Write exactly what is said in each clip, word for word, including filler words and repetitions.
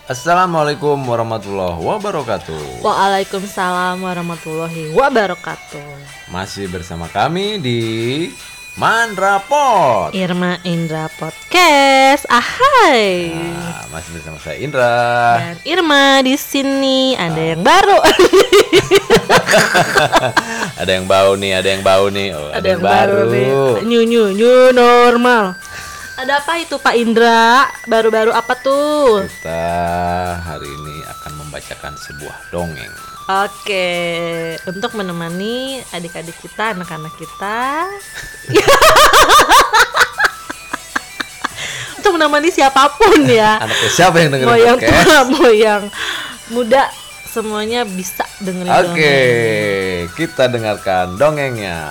Assalamualaikum warahmatullahi wabarakatuh. Waalaikumsalam warahmatullahi wabarakatuh. Masih bersama kami di Mandrapot, Irma Indra Podcast. Ahai. Nah, masih bersama saya Indra Dan Irma di sini. Ada yang baru. Ada yang bau nih, ada yang bau nih. Oh, ada, Ada yang, baru. nih. New new new normal. Ada apa itu Pak Indra? Baru-baru apa tuh? Kita hari ini akan membacakan sebuah dongeng. Oke, untuk menemani adik-adik kita, anak-anak kita. Untuk menemani siapapun ya. Anaknya siapa yang dengerin Mau yang podcast? tua, mau yang muda, semuanya bisa dengerin Oke, dongeng. kita dengarkan dongengnya.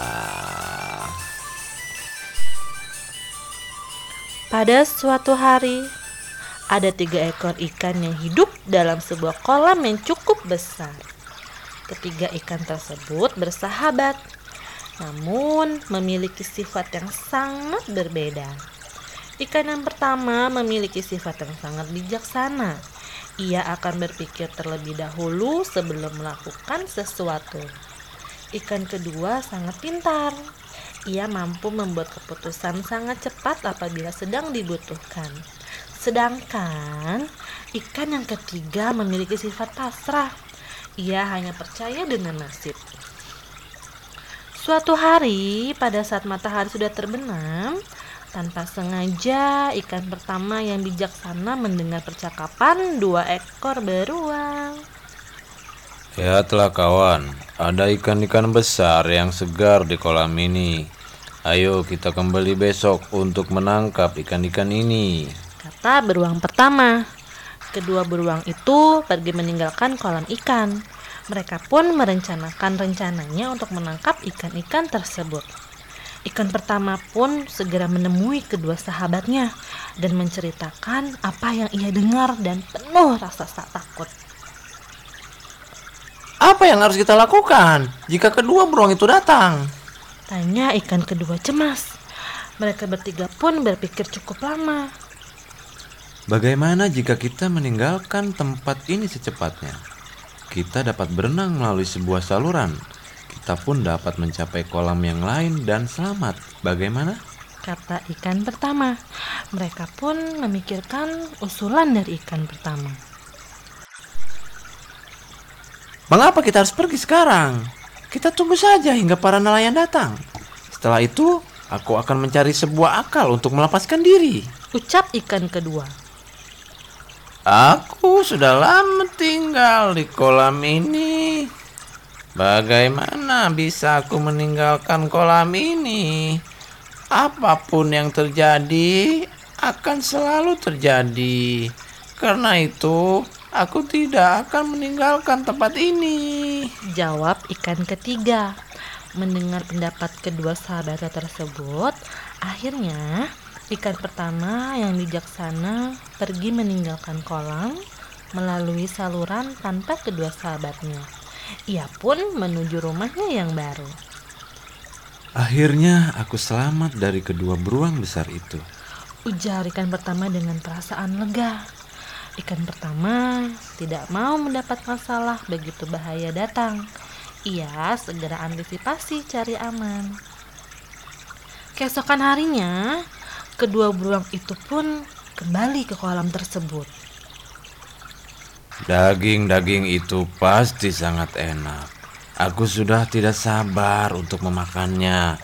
Pada suatu hari, ada tiga ekor ikan yang hidup dalam sebuah kolam yang cukup besar. Ketiga ikan tersebut bersahabat, namun memiliki sifat yang sangat berbeda. Ikan yang pertama memiliki sifat yang sangat bijaksana. Ia akan berpikir terlebih dahulu sebelum melakukan sesuatu. Ikan kedua sangat pintar. Ia mampu membuat keputusan sangat cepat apabila sedang dibutuhkan. Sedangkan ikan yang ketiga memiliki sifat pasrah. Ia hanya percaya dengan nasib. Suatu hari, pada saat matahari sudah terbenam, tanpa sengaja ikan pertama yang bijaksana mendengar percakapan dua ekor beruang. Ya telah kawan, ada ikan-ikan besar yang segar di kolam ini. Ayo kita kembali besok untuk menangkap ikan-ikan ini, Kata beruang pertama. Kedua beruang itu pergi meninggalkan kolam ikan. Mereka pun merencanakan rencananya untuk menangkap ikan-ikan tersebut. Ikan pertama pun segera menemui kedua sahabatnya dan menceritakan apa yang ia dengar dan penuh rasa takut. Apa yang harus kita lakukan jika kedua beruang itu datang? Tanya ikan kedua cemas. Mereka bertiga pun berpikir cukup lama. Bagaimana jika kita meninggalkan tempat ini secepatnya? Kita dapat berenang melalui sebuah saluran. Kita pun dapat mencapai kolam yang lain dan selamat. Bagaimana? Kata ikan pertama. Mereka pun memikirkan usulan dari ikan pertama. Mengapa kita harus pergi sekarang? Kita tunggu saja hingga para nelayan datang. Setelah itu, aku akan mencari sebuah akal untuk melepaskan diri. Ucap ikan kedua. Aku sudah lama tinggal di kolam ini. Bagaimana bisa aku meninggalkan kolam ini? Apapun yang terjadi akan selalu terjadi. Karena itu, aku tidak akan meninggalkan tempat ini. Jawab ikan ketiga. Mendengar pendapat kedua sahabatnya tersebut, akhirnya ikan pertama yang bijaksana pergi meninggalkan kolam melalui saluran tanpa kedua sahabatnya. Ia pun menuju rumahnya yang baru. Akhirnya aku selamat dari kedua beruang besar itu. Ujar ikan pertama dengan perasaan lega. Ikan pertama tidak mau mendapat masalah begitu bahaya datang. Ia segera antisipasi cari aman. Keesokan harinya, kedua beruang itu pun kembali ke kolam tersebut. Daging-daging itu pasti sangat enak. Aku sudah tidak sabar untuk memakannya.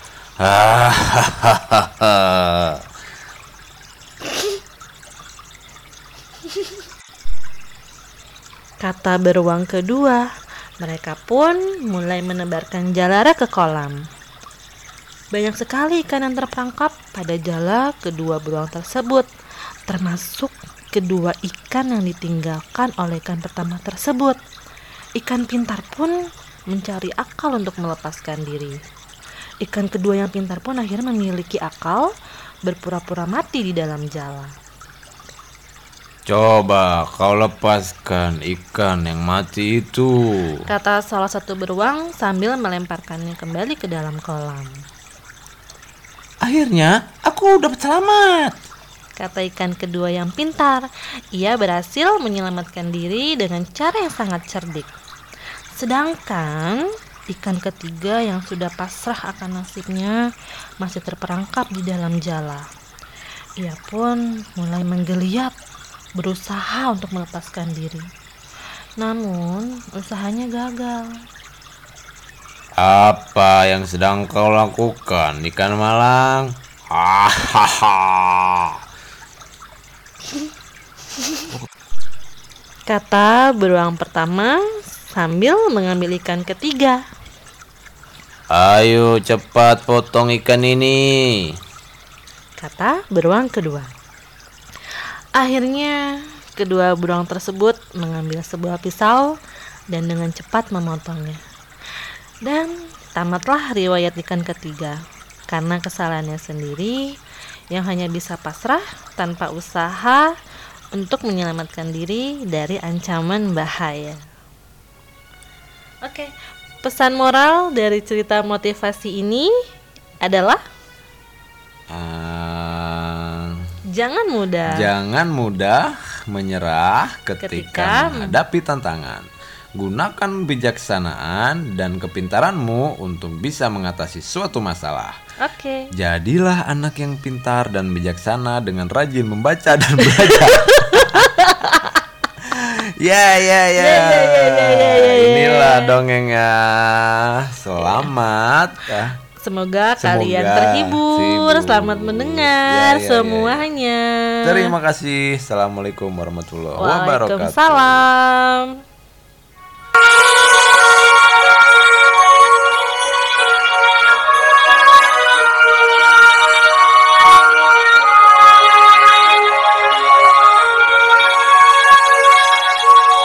Hahaha. Kata beruang kedua. Mereka pun mulai menebarkan jalara ke kolam. Banyak sekali ikan yang terperangkap pada jala kedua beruang tersebut, termasuk kedua ikan yang ditinggalkan oleh ikan pertama tersebut. Ikan pintar pun mencari akal untuk melepaskan diri. Ikan kedua yang pintar pun akhirnya memiliki akal, berpura-pura mati di dalam jala. Coba kau lepaskan ikan yang mati itu, Kata salah satu beruang sambil melemparkannya kembali ke dalam kolam. Akhirnya aku dapat selamat. kata ikan kedua yang pintar. Ia berhasil menyelamatkan diri dengan cara yang sangat cerdik. Sedangkan ikan ketiga yang sudah pasrah akan nasibnya masih terperangkap di dalam jala. Ia pun mulai menggeliat, berusaha untuk melepaskan diri. Namun usahanya gagal. Apa yang sedang kau lakukan, ikan malang? Hahaha. Kata beruang pertama sambil mengambil ikan ketiga. Ayo cepat potong ikan ini, Kata beruang kedua. Akhirnya kedua beruang tersebut mengambil sebuah pisau dan dengan cepat memotongnya. Dan tamatlah riwayat ikan ketiga karena kesalahannya sendiri yang hanya bisa pasrah tanpa usaha untuk menyelamatkan diri dari ancaman bahaya. Oke, pesan moral dari cerita motivasi ini adalah uh, jangan mudah jangan mudah menyerah ketika, Ketika menghadapi tantangan. Gunakan bijaksanaan dan kepintaranmu untuk bisa mengatasi suatu masalah. Oke. Jadilah anak yang pintar dan bijaksana dengan rajin membaca dan belajar. Ya ya ya. Ya, ya, ya, ya, ya, ya. Inilah dongengnya. Selamat. Ah, Semoga, Semoga kalian terhibur, terhibur. selamat mendengar Ya, ya, ya, ya. semuanya. Terima kasih. Assalamualaikum warahmatullahi wabarakatuh. Waalaikumsalam.